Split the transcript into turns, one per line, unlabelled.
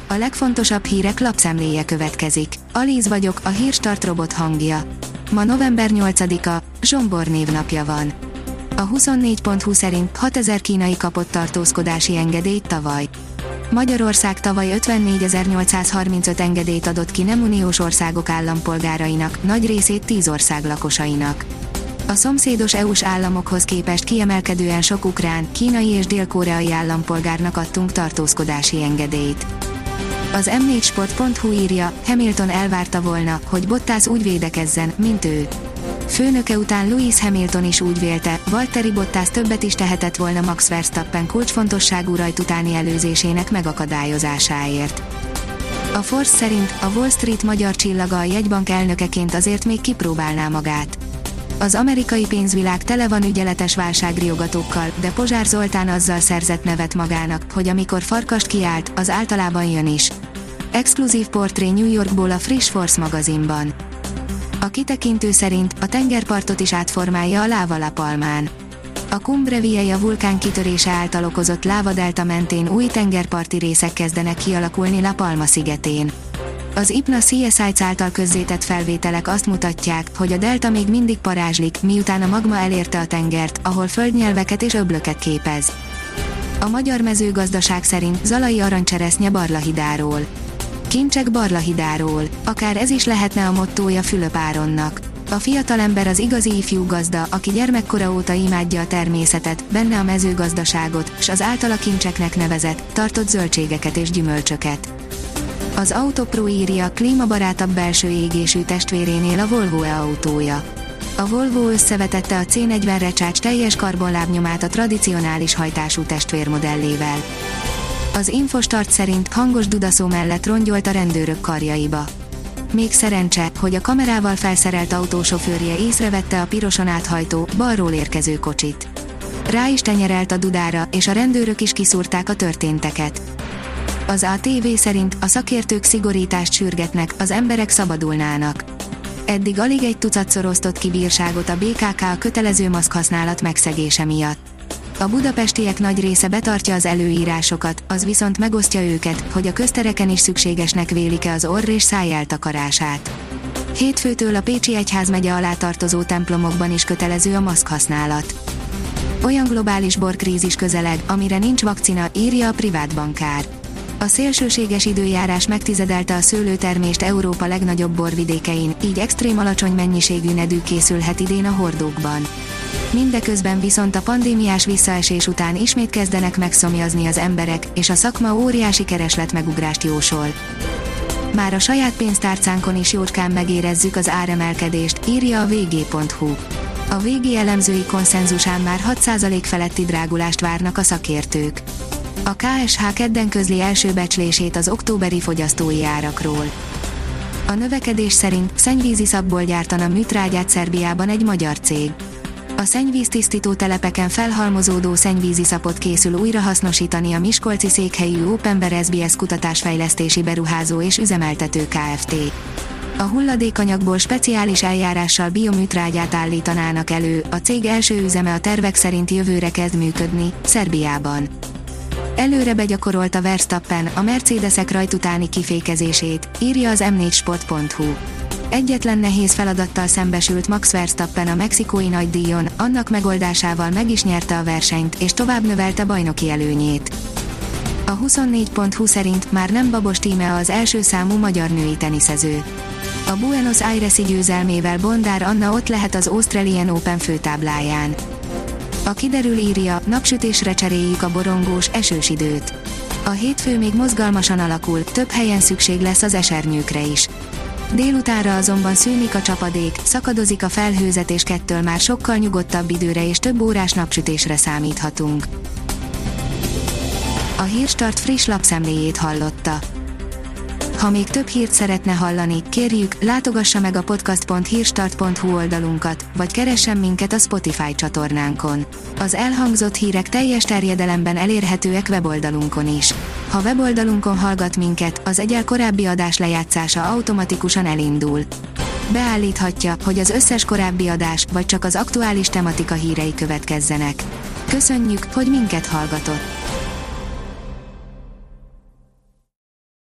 A legfontosabb hírek lapszemléje következik. Alíz vagyok, a Hírstart robot hangja. Ma november 8-a, Zsombor névnapja van. A 24.20 szerint 6000 kínai kapott tartózkodási engedélyt tavaly. Magyarország tavaly 54.835 engedélyt adott ki nem uniós országok állampolgárainak, nagy részét 10 ország lakosainak. A szomszédos EU-s államokhoz képest kiemelkedően sok ukrán, kínai és dél-koreai állampolgárnak adtunk tartózkodási engedélyt. Az m4sport.hu írja, Hamilton elvárta volna, hogy Bottas úgy védekezzen, mint ő. Főnöke után Lewis Hamilton is úgy vélte, Valtteri Bottas többet is tehetett volna Max Verstappen kulcsfontosságú rajt utáni előzésének megakadályozásáért. A Force szerint a Wall Street magyar csillaga a jegybank elnökeként azért még kipróbálná magát. Az amerikai pénzvilág tele van ügyeletes válságriogatókkal, de Pozsár Zoltán azzal szerzett nevet magának, hogy amikor farkast kiált, az általában jön is. Exkluzív portré New Yorkból a friss Force magazinban. A kitekintő szerint a tengerpartot is átformálja a láva La Palmán. A Cumbre Vieja vulkán kitörése által okozott lávadelta mentén új tengerparti részek kezdenek kialakulni La Palma szigetén. Az IPNA CSIC által közzétett felvételek azt mutatják, hogy a delta még mindig parázslik, miután a magma elérte a tengert, ahol földnyelveket és öblöket képez. A magyar mezőgazdaság szerint Zalai aranycseresznye Barlahidáról. Kincsek Barlahidáról, akár ez is lehetne a mottója Fülöp Áronnak. A fiatalember az igazi ifjú gazda, aki gyermekkora óta imádja a természetet, benne a mezőgazdaságot, s az általa kincseknek nevezett, tartott zöldségeket és gyümölcsöket. Az Autopro írja, klímabarátabb belső égésű testvérénél a Volvo autója. A Volvo összevetette a C40 Recharge teljes karbonlábnyomát a tradicionális hajtású testvérmodellével. Az Infostart szerint hangos dudaszó mellett rongyolt a rendőrök karjaiba. Még szerencse, hogy a kamerával felszerelt autósofőrje észrevette a piroson áthajtó, balról érkező kocsit. Rá is tenyerelt a dudára, és a rendőrök is kiszúrták a történteket. Az ATV szerint a szakértők szigorítást sürgetnek, az emberek szabadulnának. Eddig alig egy tucatszor osztott ki bírságot a BKK a kötelező maszkhasználat megszegése miatt. A budapestiek nagy része betartja az előírásokat, az viszont megosztja őket, hogy a köztereken is szükségesnek vélik-e az orr és száj eltakarását. Hétfőtől a Pécsi Egyházmegye alá tartozó templomokban is kötelező a maszkhasználat. Olyan globális borkrízis közeleg, amire nincs vakcina, írja a privát bankár. A szélsőséges időjárás megtizedelte a szőlőtermést Európa legnagyobb borvidékein, így extrém alacsony mennyiségű nedű készülhet idén a hordókban. Mindeközben viszont a pandémiás visszaesés után ismét kezdenek megszomjazni az emberek, és a szakma óriási kereslet megugrást jósol. Már a saját pénztárcánkon is jócskán megérezzük az áremelkedést, írja a vg.hu. A VG elemzői konszenzusán már 6% feletti drágulást várnak a szakértők. A KSH kedden közli első becslését az októberi fogyasztói árakról. A növekedés szerint szennyvízi szapból gyártana műtrágyát Szerbiában egy magyar cég. A szennyvíztisztító telepeken felhalmozódó szennyvízi szapot készül újrahasznosítani a miskolci székhelyű Openver SBS kutatásfejlesztési beruházó és üzemeltető Kft. A hulladékanyagból speciális eljárással bioműtrágyát állítanának elő, a cég első üzeme a tervek szerint jövőre kezd működni, Szerbiában. Előre begyakorolta Verstappen a Mercedesek rajt utáni kifékezését, írja az m4sport.hu. Egyetlen nehéz feladattal szembesült Max Verstappen a mexikói nagydíjon, annak megoldásával meg is nyerte a versenyt, és tovább növelte bajnoki előnyét. A 24.20 szerint már nem Babos Tíme az első számú magyar női teniszező. A Buenos Aires-i győzelmével Bondár Anna ott lehet az Australian Open főtábláján. A kiderül írja, napsütésre cseréljük a borongós, esős időt. A hétfő még mozgalmasan alakul, több helyen szükség lesz az esernyőkre is. Délutánra azonban szűnik a csapadék, szakadozik a felhőzet és kettől már sokkal nyugodtabb időre és több órás napsütésre számíthatunk. A Hírstart friss lapszemléjét hallotta. Ha még több hírt szeretne hallani, kérjük, látogassa meg a podcast.hírstart.hu oldalunkat, vagy keressen minket a Spotify csatornánkon. Az elhangzott hírek teljes terjedelemben elérhetőek weboldalunkon is. Ha weboldalunkon hallgat minket, az egyel korábbi adás lejátszása automatikusan elindul. Beállíthatja, hogy az összes korábbi adás, vagy csak az aktuális tematika hírei következzenek. Köszönjük, hogy minket hallgatott!